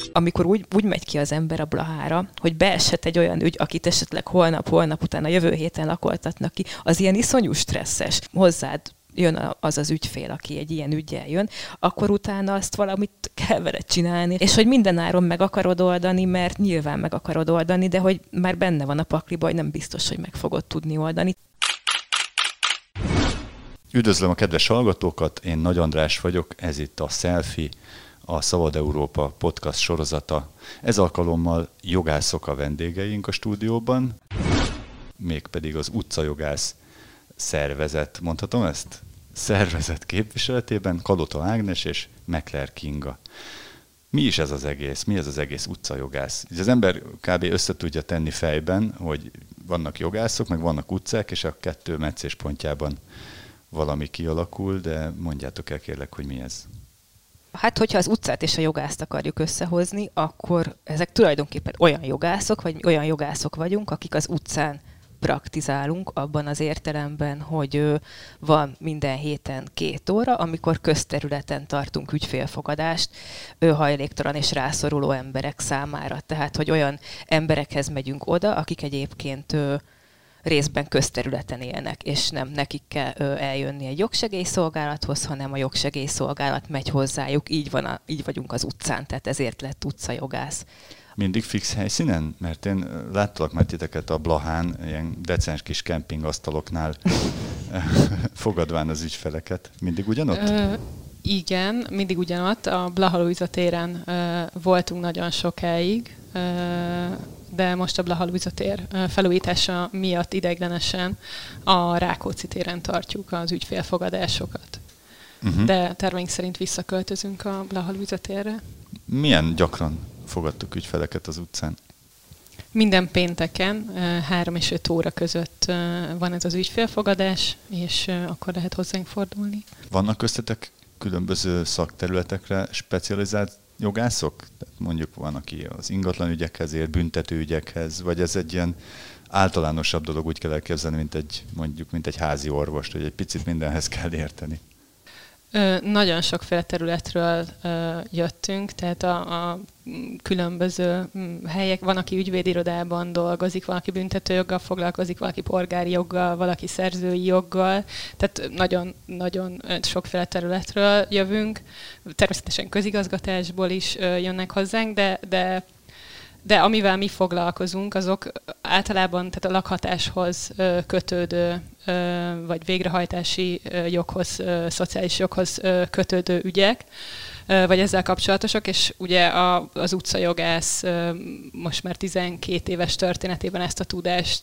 amikor úgy megy ki az ember a Blahára, hogy beeshet egy olyan ügy, akit esetleg holnap után, a jövő héten lakoltatnak ki, az ilyen iszonyú stresszes. Hozzád jön az ügyfél, aki egy ilyen üggyel jön, akkor utána azt valamit kell vele csinálni. És hogy mindenáron meg akarod oldani, mert nyilván meg akarod oldani, de hogy már benne van a pakliba, hogy nem biztos, hogy meg fogod tudni oldani. Üdvözlöm a kedves hallgatókat, én Nagy András vagyok, ez itt a Selfie, a Szabad Európa podcast sorozata. Ez alkalommal jogászok a vendégeink a stúdióban, mégpedig az utcajogász szervezet, mondhatom ezt? Szervezet képviseletében Kalota Ágnes és Mekler Kinga. Mi is ez az egész? Mi ez az egész utcajogász? Az ember kb. Össze tudja tenni fejben, hogy vannak jogászok, meg vannak utcák, és a kettő meccéspontjában valami kialakul, de mondjátok el kérlek, hogy mi ez. Hát, hogyha az utcát és a jogászt akarjuk összehozni, akkor ezek tulajdonképpen olyan jogászok, vagy olyan jogászok vagyunk, akik az utcán praktizálunk abban az értelemben, hogy van minden héten 2 óra, amikor közterületen tartunk ügyfélfogadást hajléktalan és rászoruló emberek számára. Tehát, hogy olyan emberekhez megyünk oda, akik egyébként részben közterületen élnek, és nem nekik kell eljönni egy jogsegélyszolgálathoz, hanem a jogsegélyszolgálat megy hozzájuk, így vagyunk az utcán, tehát ezért lett utcajogász. Mindig fix helyszínen? Mert én láttalak már titeket a Blahán, ilyen decens kis kempingasztaloknál fogadván az ügyfeleket. Mindig ugyanott? Igen, mindig ugyanott. A Blaha Lujza téren voltunk nagyon sokáig, de most a Blaha Lujza tér felújítása miatt ideiglenesen a Rákóczi téren tartjuk az ügyfélfogadásokat. De terveink szerint visszaköltözünk a Blaha Lujza térre. Milyen gyakran fogadtuk ügyfeleket az utcán? Minden pénteken 3 és 5 óra között van ez az ügyfélfogadás, és akkor lehet hozzánk fordulni. Vannak köztetek különböző szakterületekre specializált jogászok? Tehát mondjuk van, aki az ingatlan ügyekhez ér, büntető ügyekhez, vagy ez egy ilyen általánosabb dolog, úgy kell elképzelni, mint egy házi orvost, hogy egy picit mindenhez kell érteni. Nagyon sokféle területről jöttünk, tehát a különböző helyek, van, aki ügyvédirodában dolgozik, van, aki büntetőjoggal foglalkozik, valaki polgári joggal, valaki szerzői joggal, tehát nagyon sokféle területről jövünk. Természetesen közigazgatásból is jönnek hozzánk, de amivel mi foglalkozunk, azok általában tehát a lakhatáshoz kötődő, vagy végrehajtási joghoz, szociális joghoz kötődő ügyek, vagy ezzel kapcsolatosak, és ugye az utcajogász most már 12 éves történetében ezt a tudást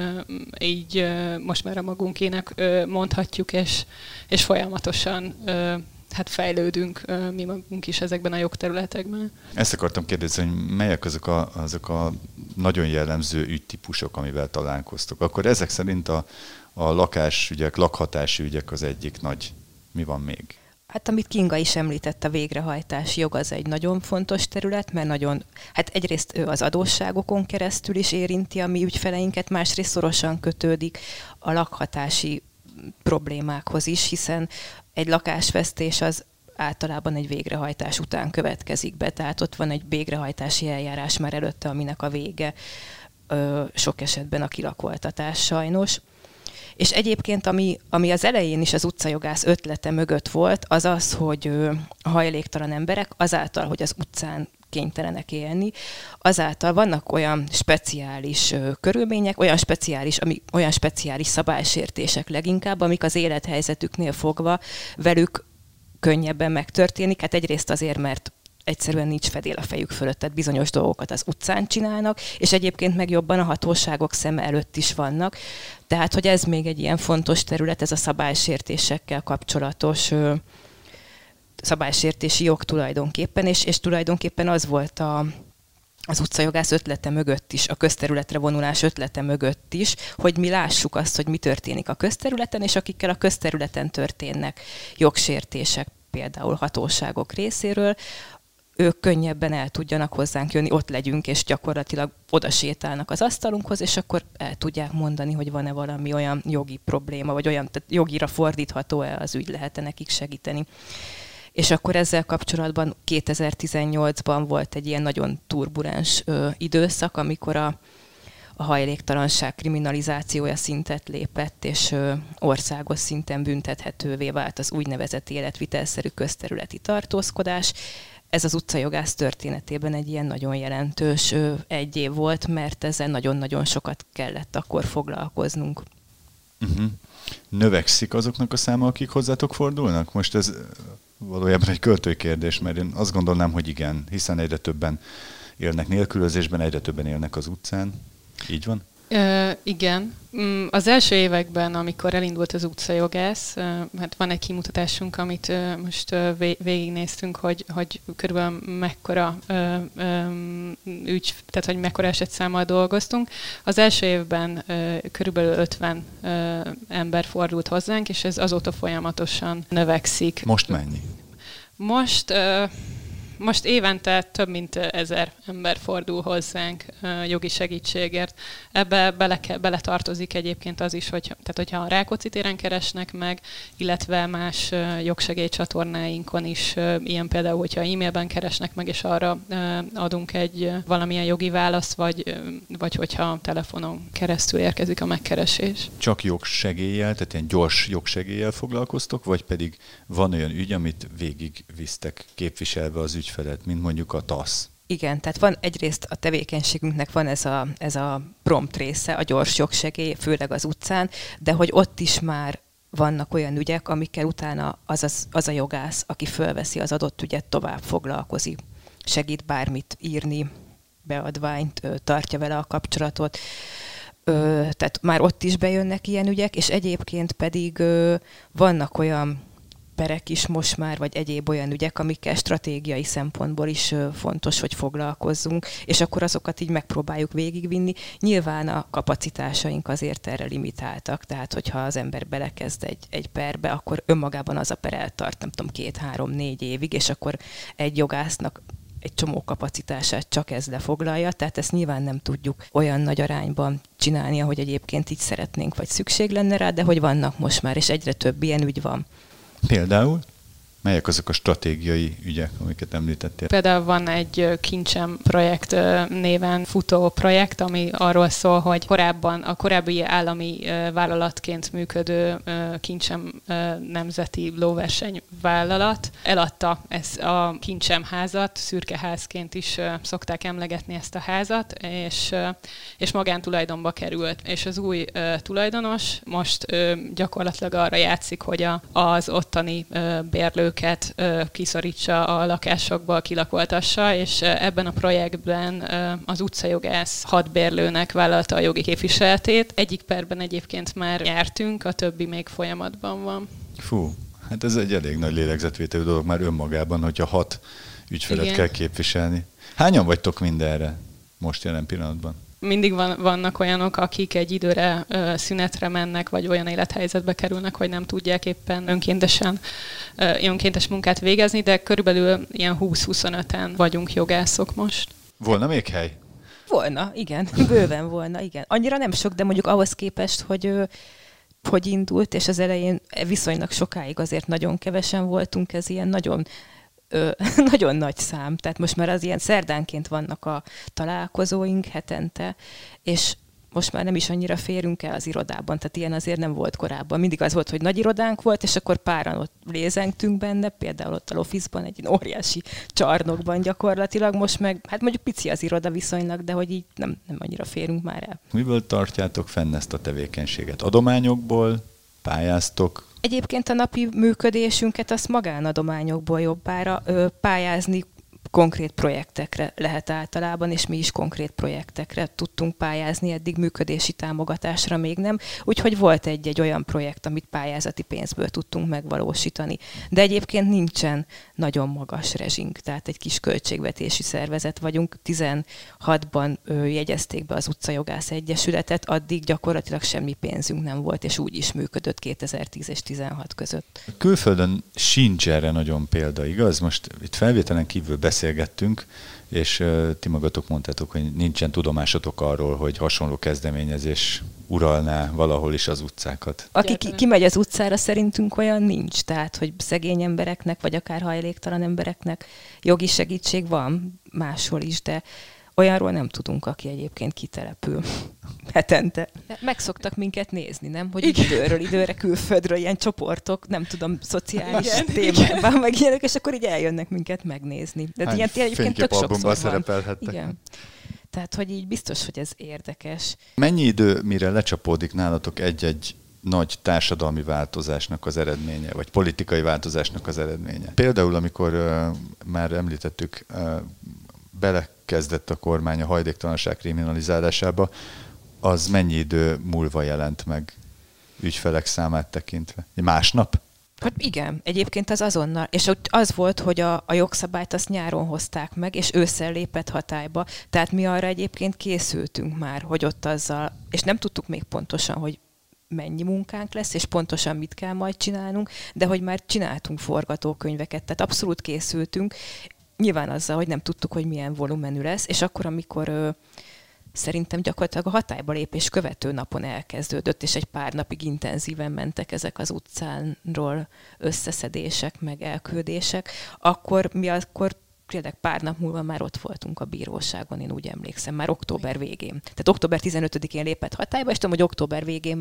így most már a magunkének mondhatjuk, és folyamatosan fejlődünk mi magunk is ezekben a jogterületekben. Ezt akartam kérdezni, hogy melyek azok a nagyon jellemző ügytípusok, amivel találkoztok. Akkor ezek szerint a lakásügyek, lakhatási ügyek az egyik nagy. Mi van még? Hát amit Kinga is említett, a végrehajtási jog az egy nagyon fontos terület, mert egyrészt ő az adósságokon keresztül is érinti a mi ügyfeleinket, másrészt szorosan kötődik a lakhatási problémákhoz is, hiszen egy lakásvesztés az általában egy végrehajtás után következik be, tehát ott van egy végrehajtási eljárás már előtte, aminek a vége sok esetben a kilakoltatás sajnos. És egyébként, ami az elején is az utcajogász ötlete mögött volt, az az, hogy a hajléktalan emberek azáltal, hogy az utcán kénytelenek élni, azáltal vannak olyan speciális körülmények, olyan speciális szabálysértések leginkább, amik az élethelyzetüknél fogva velük könnyebben megtörténik. Hát egyrészt azért, mert egyszerűen nincs fedél a fejük fölött, tehát bizonyos dolgokat az utcán csinálnak, és egyébként meg jobban a hatóságok szeme előtt is vannak. Tehát, hogy ez még egy ilyen fontos terület, ez a szabálysértésekkel kapcsolatos szabálysértési jog tulajdonképpen, és tulajdonképpen az volt az utcajogász ötlete mögött is, a közterületre vonulás ötlete mögött is, hogy mi lássuk azt, hogy mi történik a közterületen, és akikkel a közterületen történnek jogsértések, például hatóságok részéről, ők könnyebben el tudjanak hozzánk jönni, ott legyünk, és gyakorlatilag oda sétálnak az asztalunkhoz, és akkor el tudják mondani, hogy van-e valami olyan jogi probléma, vagy olyan, tehát jogira fordítható-e az ügy, lehet-e nekik segíteni. És akkor ezzel kapcsolatban 2018-ban volt egy ilyen nagyon turbulens időszak, amikor a hajléktalanság kriminalizációja szintet lépett, és országos szinten büntethetővé vált az úgynevezett életvitelszerű közterületi tartózkodás. Ez az utcajogász történetében egy ilyen nagyon jelentős egy év volt, mert ezzel nagyon-nagyon sokat kellett akkor foglalkoznunk. Uh-huh. Növekszik azoknak a száma, akik hozzátok fordulnak? Most ez valójában egy költői kérdés, mert én azt gondolnám, hogy igen, hiszen egyre többen élnek nélkülözésben, egyre többen élnek az utcán. Így van? Igen. Az első években, amikor elindult az utcajogász, hát van egy kimutatásunk, amit most végignéztünk, hogy körülbelül mekkora tehát hogy mekkora esetszámmal dolgoztunk. Az első évben körülbelül 50 ember fordult hozzánk, és ez azóta folyamatosan növekszik. Most mennyi? Most évente több mint 1000 ember fordul hozzánk jogi segítségért. Ebbe beletartozik egyébként az is, hogyha a Rákóczi téren keresnek meg, illetve más jogsegélycsatornáinkon is, ilyen például, hogyha e-mailben keresnek meg, és arra adunk egy valamilyen jogi választ, vagy hogyha telefonon keresztül érkezik a megkeresés. Csak jogsegéllyel, tehát ilyen gyors jogsegéllyel foglalkoztok, vagy pedig van olyan ügy, amit végigvisztek képviselve az ügyfelet, mint mondjuk a TASZ? Igen, tehát van egyrészt a tevékenységünknek van ez a prompt része, a gyors jogsegély, főleg az utcán, de hogy ott is már vannak olyan ügyek, amikkel utána az a jogász, aki fölveszi az adott ügyet, tovább foglalkozik. Segít bármit írni, beadványt, tartja vele a kapcsolatot. Tehát már ott is bejönnek ilyen ügyek, és egyébként pedig vannak olyan perek is most már, vagy egyéb olyan ügyek, amikkel stratégiai szempontból is fontos, hogy foglalkozzunk, és akkor azokat így megpróbáljuk végigvinni. Nyilván a kapacitásaink azért erre limitáltak, tehát hogyha az ember belekezd egy perbe, akkor önmagában az a per eltart, nem tudom, 2-3-4 évig, és akkor egy jogásznak egy csomó kapacitását csak ez lefoglalja, tehát ezt nyilván nem tudjuk olyan nagy arányban csinálni, ahogy egyébként így szeretnénk, vagy szükség lenne rá, de hogy vannak most már, és egyre több ilyen ügy van. Például? Melyek azok a stratégiai ügyek, amiket említettél? Például van egy Kincsem projekt néven futó projekt, ami arról szól, hogy korábban a korábbi állami vállalatként működő Kincsem nemzeti lóversenyvállalat eladta ezt a Kincsem házat, szürke házként is szokták emlegetni ezt a házat, és magántulajdonba került. És az új tulajdonos most gyakorlatilag arra játszik, hogy az ottani bérlők kiszorítsa a lakásokból, kilakoltassa, és ebben a projektben az utcajogász 6 bérlőnek vállalta a jogi képviseletét. Egyik perben egyébként már nyertünk, a többi még folyamatban van. Fú, hát ez egy elég nagy lélegzetvételű dolog már önmagában, hogyha 6 ügyfelet kell képviselni. Hányan vagytok mindenre most jelen pillanatban? Mindig vannak olyanok, akik egy időre szünetre mennek, vagy olyan élethelyzetbe kerülnek, hogy nem tudják éppen önkéntes munkát végezni, de körülbelül ilyen 20-25-en vagyunk jogászok most. Volna még hely? Volna, igen. Bőven volna, igen. Annyira nem sok, de mondjuk ahhoz képest, hogy indult, és az elején viszonylag sokáig azért nagyon kevesen voltunk, ez ilyen nagyon nagyon nagy szám. Tehát most már az ilyen szerdánként vannak a találkozóink hetente, és most már nem is annyira férünk el az irodában, tehát ilyen azért nem volt korábban. Mindig az volt, hogy nagy irodánk volt, és akkor páran ott lézengtünk benne, például ott a Loffice-ban, egy óriási csarnokban gyakorlatilag, most meg, hát mondjuk pici az iroda viszonylag, de hogy így nem annyira férünk már el. Miből tartjátok fenn ezt a tevékenységet? Adományokból? Pályáztok? Egyébként a napi működésünket azt magánadományokból jobbára pályázni konkrét projektekre lehet általában, és mi is konkrét projektekre tudtunk pályázni, eddig működési támogatásra még nem. Úgyhogy volt egy olyan projekt, amit pályázati pénzből tudtunk megvalósítani. De egyébként nincsen nagyon magas rezsink, tehát egy kis költségvetési szervezet vagyunk. 16-ban jegyezték be az Utcajogász Egyesületet, addig gyakorlatilag semmi pénzünk nem volt, és úgy is működött 2010 és 16 között. Külföldön sincs erre nagyon példa, igaz? Most itt felvételen kívül beszélünk beszélgettünk, és ti magatok mondtátok, hogy nincsen tudomásotok arról, hogy hasonló kezdeményezés uralná valahol is az utcákat. Aki kimegy az utcára, szerintünk olyan nincs. Tehát, hogy szegény embereknek, vagy akár hajléktalan embereknek jogi segítség van máshol is, de olyanról nem tudunk, aki egyébként kitelepül hetente. Megszoktak minket nézni, nem? Hogy időről időre külföldről ilyen csoportok, nem tudom, szociális témában, meg ilyenek, és akkor így eljönnek minket megnézni. De ilyen egyébként tök sokszor van. Szerepelhettek. Igen. Tehát, hogy így biztos, hogy ez érdekes. Mennyi idő, mire lecsapódik nálatok egy-egy nagy társadalmi változásnak az eredménye, vagy politikai változásnak az eredménye? Például, amikor már említettük, belekezdett a kormány a hajléktalanság kriminalizálásába, az mennyi idő múlva jelent meg ügyfelek számát tekintve? Másnap? Hát igen, egyébként az azonnal. És az volt, hogy a jogszabályt azt nyáron hozták meg, és ősszel lépett hatályba. Tehát mi arra egyébként készültünk már, hogy ott azzal, és nem tudtuk még pontosan, hogy mennyi munkánk lesz, és pontosan mit kell majd csinálnunk, de hogy már csináltunk forgatókönyveket, tehát abszolút készültünk, nyilván azzal, hogy nem tudtuk, hogy milyen volumenű lesz, és akkor, amikor szerintem gyakorlatilag a hatályba lépés követő napon elkezdődött, és egy pár napig intenzíven mentek ezek az utcánról összeszedések, meg elküldések, akkor tényleg pár nap múlva már ott voltunk a bíróságon, én úgy emlékszem, már október végén. Tehát október 15-én lépett hatályba, és tudom, hogy október végén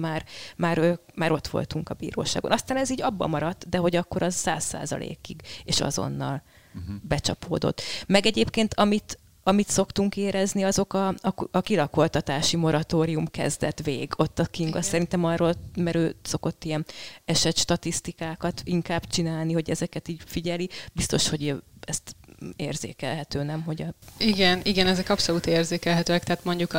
már ott voltunk a bíróságon. Aztán ez így abba maradt, de hogy akkor az 100%-ig, és azonnal becsapódott. Meg egyébként, amit szoktunk érezni, azok a kilakoltatási moratórium kezdett vég. Ott a Kinga szerintem arról, mert ő szokott ilyen esetstatisztikákat inkább csinálni, hogy ezeket így figyeli. Biztos, hogy ezt érzékelhető, nem? Hogy Igen, ezek abszolút érzékelhetőek. Tehát mondjuk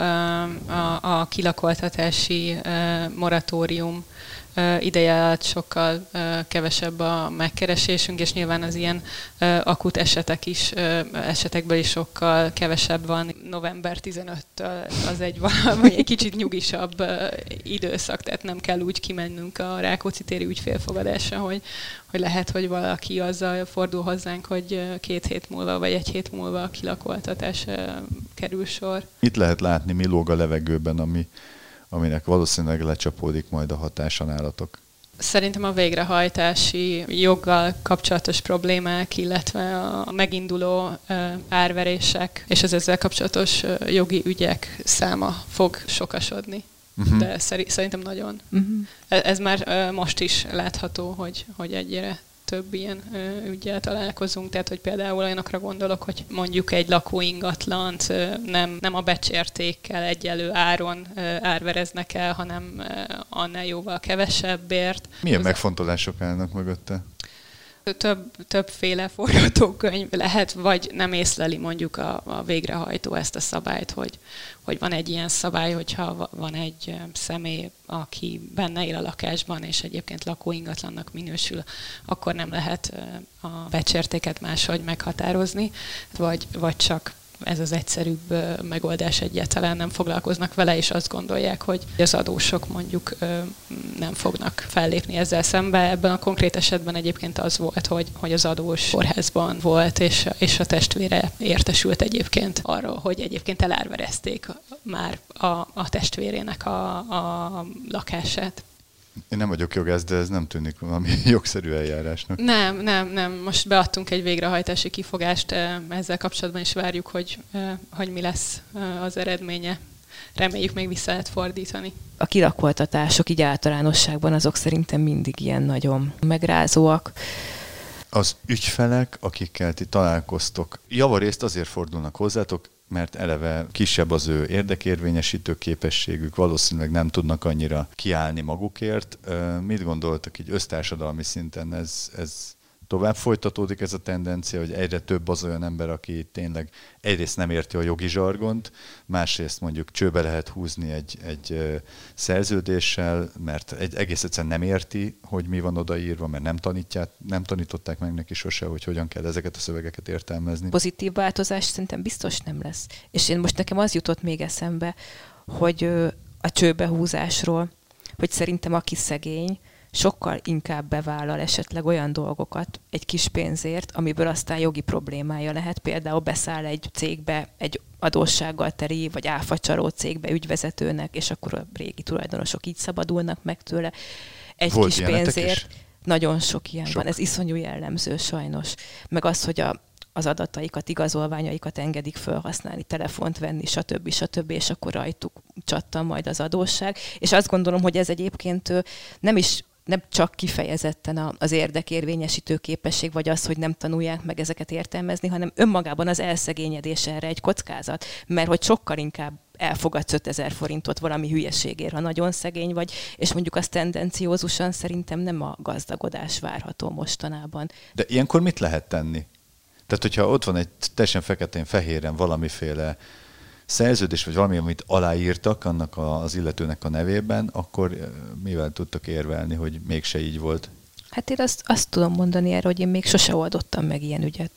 a kilakoltatási moratórium ideje alatt sokkal kevesebb a megkeresésünk, és nyilván az ilyen akut esetekből is sokkal kevesebb van. November 15-től az egy kicsit nyugisabb időszak, tehát nem kell úgy kimennünk a Rákóczi téri ügyfélfogadásra, hogy lehet, hogy valaki azzal fordul hozzánk, hogy 2 hét múlva vagy 1 hét múlva a kilakoltatás kerül sor. Itt lehet látni, mi lóg a levegőben, aminek valószínűleg lecsapódik majd a hatása nálatok? Szerintem a végrehajtási joggal kapcsolatos problémák, illetve a meginduló árverések és az ezzel kapcsolatos jogi ügyek száma fog sokasodni. De szerintem nagyon. Ez már most is látható, hogy egyre több ilyen üggyel találkozunk, tehát hogy például olyanokra gondolok, hogy mondjuk egy lakóingatlant nem a becsértékkel egyenlő áron árvereznek el, hanem annál jóval kevesebbért. Milyen megfontolások állnak mögötte? Többféle forgatókönyv lehet, vagy nem észleli mondjuk a végrehajtó ezt a szabályt, hogy van egy ilyen szabály, hogyha van egy személy, aki benne él a lakásban, és egyébként lakóingatlannak minősül, akkor nem lehet a becsértéket máshogy meghatározni, vagy csak ez az egyszerűbb megoldás, egyáltalán nem foglalkoznak vele, és azt gondolják, hogy az adósok mondjuk nem fognak fellépni ezzel szembe. Ebben a konkrét esetben egyébként az volt, hogy az adós kórházban volt, és a testvére értesült egyébként arról, hogy egyébként elárverezték már a testvérének a lakását. Én nem vagyok jogász, de ez nem tűnik valami jogszerű eljárásnak. Nem. Most beadtunk egy végrehajtási kifogást, ezzel kapcsolatban is várjuk, hogy mi lesz az eredménye. Reméljük, még vissza lehet fordítani. A kilakoltatások így általánosságban azok szerintem mindig ilyen nagyon megrázóak. Az ügyfelek, akikkel ti találkoztok, javarészt azért fordulnak hozzátok, mert eleve kisebb az ő érdekérvényesítő képességük, valószínűleg nem tudnak annyira kiállni magukért. Mit gondoltak így össztársadalmi szinten? Ez tovább folytatódik ez a tendencia, hogy egyre több az olyan ember, aki tényleg egyrészt nem érti a jogi zsargont, másrészt mondjuk csőbe lehet húzni egy szerződéssel, mert egész egyszerűen nem érti, hogy mi van odaírva, mert nem tanították meg neki sose, hogy hogyan kell ezeket a szövegeket értelmezni. Pozitív változás szerintem biztos nem lesz. És nekem az jutott még eszembe, hogy a csőbehúzásról, hogy szerintem aki szegény, sokkal inkább bevállal esetleg olyan dolgokat egy kis pénzért, amiből aztán jogi problémája lehet. Például beszáll egy cégbe, egy adóssággal teri, vagy áfacsaló cégbe ügyvezetőnek, és akkor a régi tulajdonosok így szabadulnak meg tőle. Egy Volt kis pénzért. Nagyon sok ilyen van. Ez iszonyú jellemző sajnos. Meg az, hogy az adataikat, igazolványaikat engedik felhasználni, telefont venni, stb. És akkor rajtuk csattan majd az adósság. És azt gondolom, hogy ez egyébként nem csak kifejezetten az érdekérvényesítő képesség, vagy az, hogy nem tanulják meg ezeket értelmezni, hanem önmagában az elszegényedés erre egy kockázat, mert hogy sokkal inkább elfogadsz 5000 forintot valami hülyeségért, ha nagyon szegény vagy, és mondjuk az tendenciózusan szerintem nem a gazdagodás várható mostanában. De ilyenkor mit lehet tenni? Tehát, hogyha ott van egy teljesen feketén-fehéren valamiféle szerződés, vagy valami, amit aláírtak annak az illetőnek a nevében, akkor mivel tudtak érvelni, hogy mégse így volt? Hát én azt tudom mondani erre, hogy én még sose oldottam meg ilyen ügyet.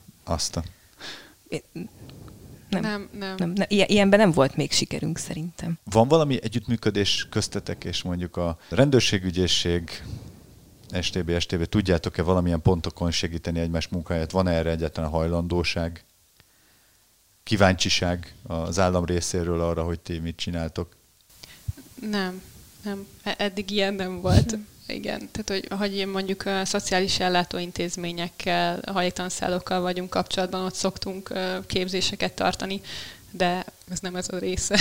Nem. Ilyenben nem volt még sikerünk szerintem. Van valami együttműködés köztetek, és mondjuk a rendőrségügyészség, STB, tudjátok-e valamilyen pontokon segíteni egymás munkáját? Van erre egyáltalán hajlandóság? Kíváncsiság az állam részéről arra, hogy ti mit csináltok? Nem. Eddig ilyen nem volt. Igen, tehát hogy én mondjuk a szociális ellátóintézményekkel, hajléktalanszállókkal vagyunk kapcsolatban, ott szoktunk képzéseket tartani, de ez nem ez a része.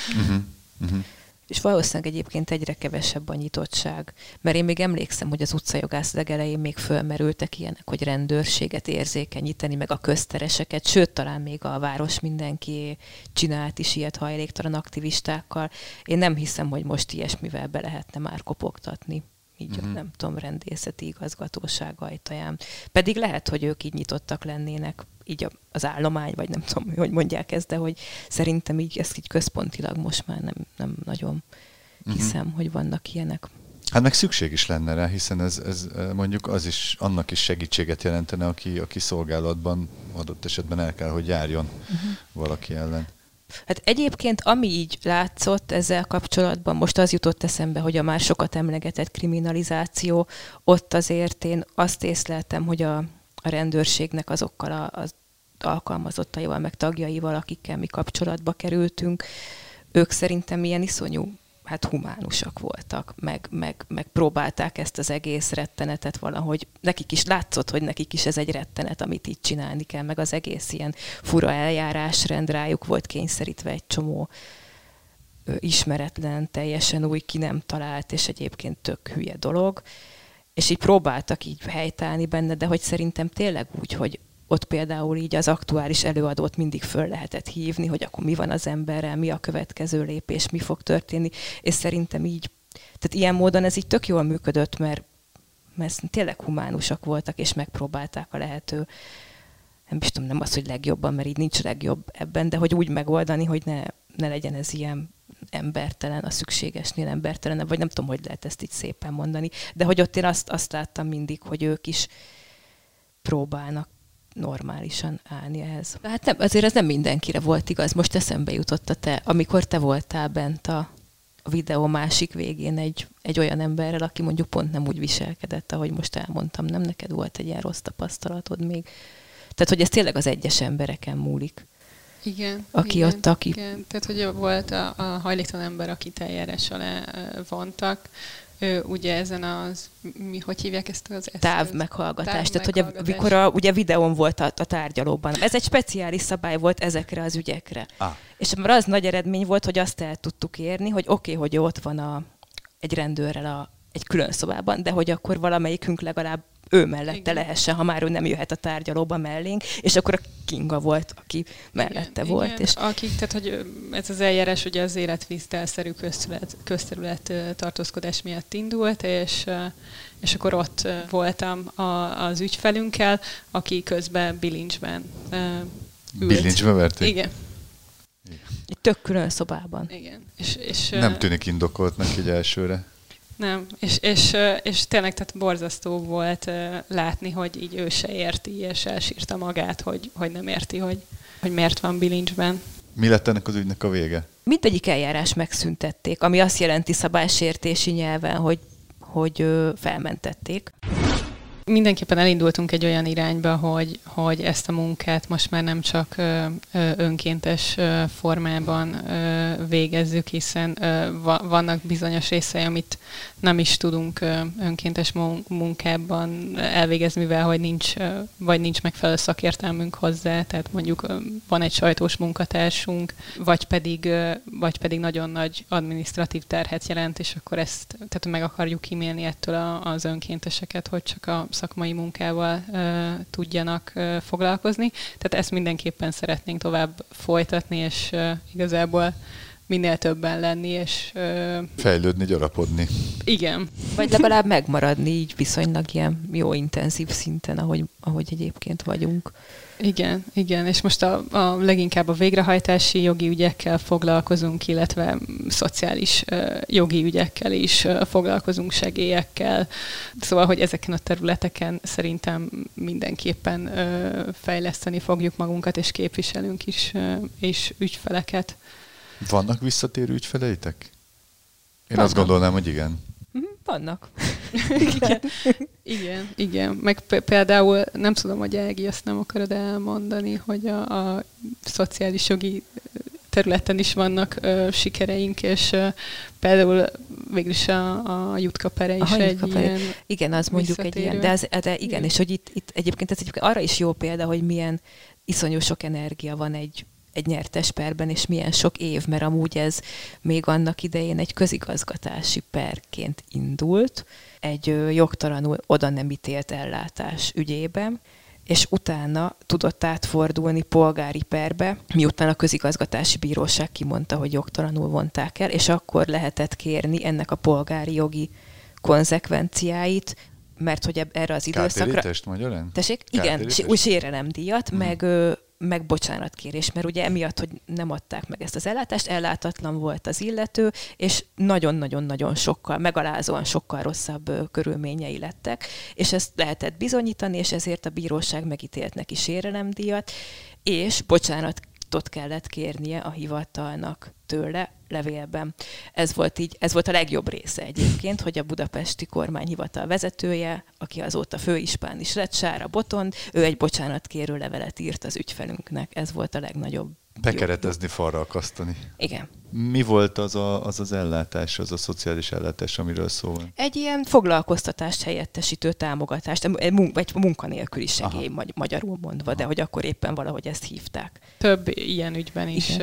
És valószínűleg egyébként egyre kevesebb a nyitottság. Mert én még emlékszem, hogy az utcajogász legelején még fölmerültek ilyenek, hogy rendőrséget érzékenyíteni, meg a köztereseket, sőt, talán még a város mindenki csinált is ilyet hajléktalan aktivistákkal. Én nem hiszem, hogy most ilyesmivel be lehetne már kopogtatni. Így nem tudom, rendészeti igazgatóság ajtaján. Pedig lehet, hogy ők így nyitottak lennének, így az állomány, vagy nem tudom, hogy mondják ezt, de hogy szerintem így ezt így központilag most már nem nagyon hiszem, hogy vannak ilyenek. Hát meg szükség is lenne rá, hiszen ez mondjuk az is, annak is segítséget jelentene, aki szolgálatban adott esetben el kell, hogy járjon valaki ellen. Hát egyébként, ami így látszott ezzel kapcsolatban, most az jutott eszembe, hogy a már sokat emlegetett kriminalizáció, ott azért én azt észleltem, hogy a rendőrségnek azokkal az alkalmazottaival, meg tagjaival, akikkel mi kapcsolatba kerültünk, ők szerintem ilyen iszonyú, humánusak voltak, meg próbálták ezt az egész rettenetet valahogy, nekik is látszott, hogy nekik is ez egy rettenet, amit így csinálni kell, meg az egész ilyen fura eljárásrend rájuk volt kényszerítve egy csomó ismeretlen, teljesen új, ki nem talált, és egyébként tök hülye dolog, és így próbáltak így helytállni benne, de hogy szerintem tényleg úgy, hogy ott például így az aktuális előadót mindig föl lehetett hívni, hogy akkor mi van az emberrel, mi a következő lépés, mi fog történni, és szerintem így, tehát ilyen módon ez így tök jól működött, mert tényleg humánusak voltak, és megpróbálták a lehető, nem is tudom, nem az, hogy legjobban, mert így nincs legjobb ebben, de hogy úgy megoldani, hogy ne legyen ez ilyen embertelen, a szükségesnél embertelen, vagy nem tudom, hogy lehet ezt így szépen mondani, de hogy ott én azt láttam mindig, hogy ők is próbálnak normálisan állni ehhez. Hát nem, azért ez nem mindenkire volt igaz. Most eszembe jutott amikor te voltál bent a videó másik végén egy olyan emberrel, aki mondjuk pont nem úgy viselkedett, ahogy most elmondtam. Nem neked volt egy ilyen rossz tapasztalatod még? Tehát, hogy ez tényleg az egyes embereken múlik. Igen. Igen. Tehát, hogy volt a hajléktalan ember, akit eljárás alá vontak, ugye ezen hogy hívják ezt az eszközt? Távmeghallgatást. Tehát, hogy amikor ugye videón volt a tárgyalóban. Ez egy speciális szabály volt ezekre az ügyekre. És már az nagy eredmény volt, hogy azt el tudtuk érni, hogy oké, hogy ott van egy rendőrrel egy külön szobában, de hogy akkor valamelyikünk legalább ő mellette lehessen, ha már ő nem jöhet a tárgyalóba mellénk, és akkor a Kinga volt, aki mellette volt. Igen. És tehát, hogy ez az eljárás ugye az életvitelszerű közterület tartózkodás miatt indult, és akkor ott voltam az ügyfelünkkel, aki közben bilincsben ült. Bilincsbe verték? Igen. Egy tök külön szobában. Igen. És nem tűnik indokoltnak így elsőre. Nem, és tényleg tehát borzasztó volt látni, hogy így ő se érti, és elsírta magát, hogy nem érti, hogy miért van bilincsben. Mi lett ennek az ügynek a vége? Mindegyik eljárás megszüntették, ami azt jelenti szabálysértési nyelven, hogy felmentették. Mindenképpen elindultunk egy olyan irányba, hogy ezt a munkát most már nem csak önkéntes formában végezzük, hiszen vannak bizonyos részei, amit nem is tudunk önkéntes munkában elvégezni, mivel hogy nincs megfelelő szakértelmünk hozzá, tehát mondjuk van egy sajtós munkatársunk, vagy pedig nagyon nagy adminisztratív terhet jelent, és akkor tehát meg akarjuk kímélni ettől az önkénteseket, hogy csak a szakmai munkával tudjanak foglalkozni. Tehát ezt mindenképpen szeretnénk tovább folytatni, és igazából minél többen lenni, és... fejlődni, gyarapodni. Igen. Vagy legalább megmaradni így viszonylag ilyen jó intenzív szinten, ahogy egyébként vagyunk. Igen, és most a leginkább a végrehajtási jogi ügyekkel foglalkozunk, illetve szociális jogi ügyekkel is foglalkozunk, segélyekkel. Szóval, hogy ezeken a területeken szerintem mindenképpen fejleszteni fogjuk magunkat, és képviselünk is ügyfeleket. Vannak visszatérő ügyfeleitek? Én azt gondolnám, hogy igen. Vannak. Igen. Meg például nem tudom, hogy Ági, azt nem akarod elmondani, hogy a szociális jogi területen is vannak sikereink, és például végülis a Jutka pere is ilyen. Igen, az mondjuk egy ilyen, de igen, és hogy itt egyébként ez arra is jó példa, hogy milyen iszonyú sok energia van egy nyertes perben, és milyen sok év, mert amúgy ez még annak idején egy közigazgatási perként indult, egy jogtalanul oda nem ítélt ellátás ügyében, és utána tudott átfordulni polgári perbe, miután a közigazgatási bíróság kimondta, hogy jogtalanul vonták el, és akkor lehetett kérni ennek a polgári jogi konzekvenciáit, mert hogy erre az időszakra... Kártérítést magyarán? Tessék? Igen, úgy sérelemdíjat, meg bocsánatkérés, mert ugye emiatt, hogy nem adták meg ezt az ellátást, ellátatlan volt az illető, és nagyon-nagyon-nagyon sokkal, megalázóan sokkal rosszabb körülményei lettek, és ezt lehetett bizonyítani, és ezért a bíróság megítélt neki sérelemdíjat, és bocsánatot kellett kérnie a hivatalnak tőle levélben. Ez volt a legjobb része egyébként, hogy a budapesti kormányhivatal vezetője, aki azóta főispán is lett, Sára Botond, ő egy bocsánatkérő levelet írt az ügyfelünknek. Ez volt a legnagyobb. Bekeretezni, falra akasztani. Igen. Mi volt az ellátás, az a szociális ellátás, amiről szól? Egy ilyen foglalkoztatást helyettesítő támogatást, vagy munkanélküli segély, magyarul mondva, de hogy akkor éppen valahogy ezt hívták. Több ilyen ügyben is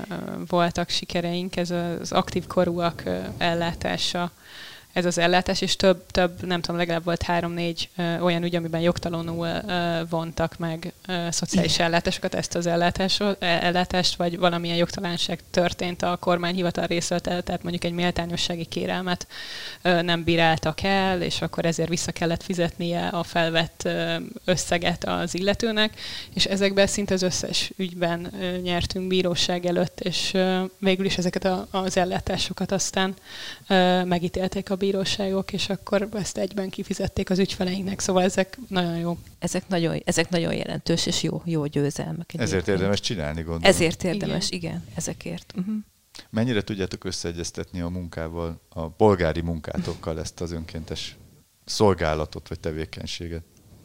voltak sikereink, ez az aktív korúak ellátása, ez az ellátás, és több, nem tudom, legalább volt 3-4 olyan ügy, amiben jogtalanul vontak meg szociális ellátásokat, ezt az ellátást, vagy valamilyen jogtalanság történt a kormányhivatal részről, tehát mondjuk egy méltányossági kérelmet nem bíráltak el, és akkor ezért vissza kellett fizetnie a felvett összeget az illetőnek, és ezekben szinte az összes ügyben nyertünk bíróság előtt, és végül is ezeket az ellátásokat aztán megítélték a bíróságok, és akkor ezt egyben kifizették az ügyfeleinknek, szóval ezek nagyon jó. Ezek nagyon jelentős és jó győzelmek. Ezért érdemes csinálni, gondolom. Ezért érdemes, igen ezekért. Mennyire tudjátok összeegyeztetni a munkával, a polgári munkátokkal ezt az önkéntes szolgálatot vagy tevékenységet?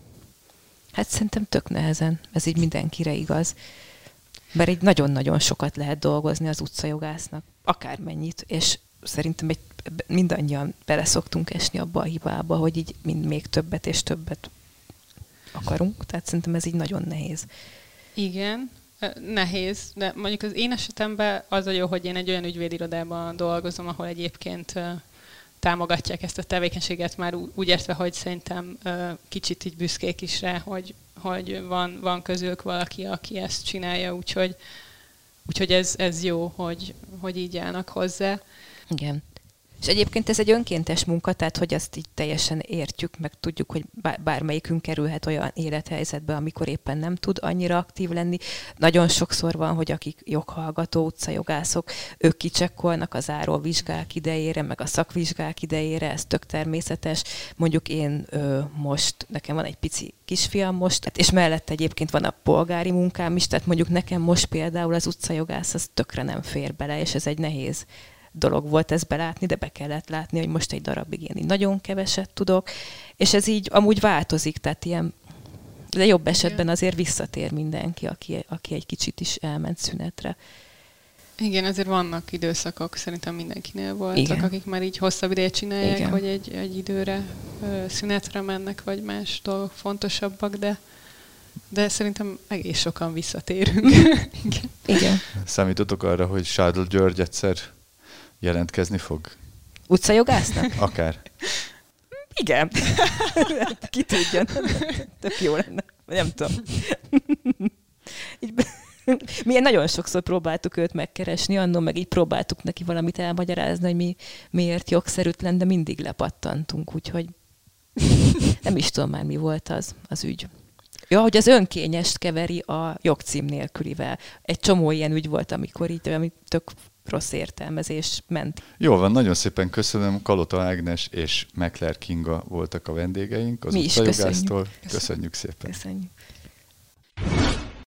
Hát szerintem tök nehezen. Ez így mindenkire igaz. Mert így nagyon-nagyon sokat lehet dolgozni az utcajogásznak. Akármennyit. És szerintem mindannyian bele szoktunk esni abba a hibába, hogy így még többet és többet akarunk. Tehát szerintem ez így nagyon nehéz. Igen, nehéz, de mondjuk az én esetemben az a jó, hogy én egy olyan ügyvédirodában dolgozom, ahol egyébként támogatják ezt a tevékenységet, már úgy értve, hogy szerintem kicsit így büszkék is rá, hogy van közülük valaki, aki ezt csinálja, úgyhogy ez jó, hogy így állnak hozzá. Igen. És egyébként ez egy önkéntes munka, tehát hogy azt így teljesen értjük, meg tudjuk, hogy bármelyikünk kerülhet olyan élethelyzetbe, amikor éppen nem tud annyira aktív lenni. Nagyon sokszor van, hogy akik joghallgató utcajogászok, ők kicsekkolnak a záróvizsgák idejére, meg a szakvizsgák idejére, ez tök természetes. Mondjuk én nekem van egy pici kisfiam most, és mellette egyébként van a polgári munkám is, tehát mondjuk nekem most például az utcajogász az tökre nem fér bele, és ez egy nehéz dolog volt ezt belátni, de be kellett látni, hogy most egy darabig én így nagyon keveset tudok, és ez így amúgy változik, tehát ilyen, de jobb esetben azért visszatér mindenki, aki egy kicsit is elment szünetre. Igen, azért vannak időszakok, szerintem mindenkinél voltak, akik már így hosszabb ideje csinálják, hogy egy időre szünetre mennek, vagy más dolgok fontosabbak, de szerintem egész sokan visszatérünk. Igen. Számítotok arra, hogy Sádl György egyszer jelentkezni fog? Utcajogásznak? Akár. Igen. Ki tudja. Tök jó lenne. Nem tudom. Mi nagyon sokszor próbáltuk őt megkeresni, annól meg így próbáltuk neki valamit elmagyarázni, hogy miért jogszerűtlen, de mindig lepattantunk, úgyhogy nem is tudom már, mi volt az ügy. Ja, hogy az önkényest keveri a jogcím nélkülivel. Egy csomó ilyen ügy volt, amikor így ami tök rossz értelmezés ment. Jó van, nagyon szépen köszönöm. Kalota Ágnes és Mekler Kinga voltak a vendégeink az Utcajogásztól. Köszönjük szépen. Köszönjük.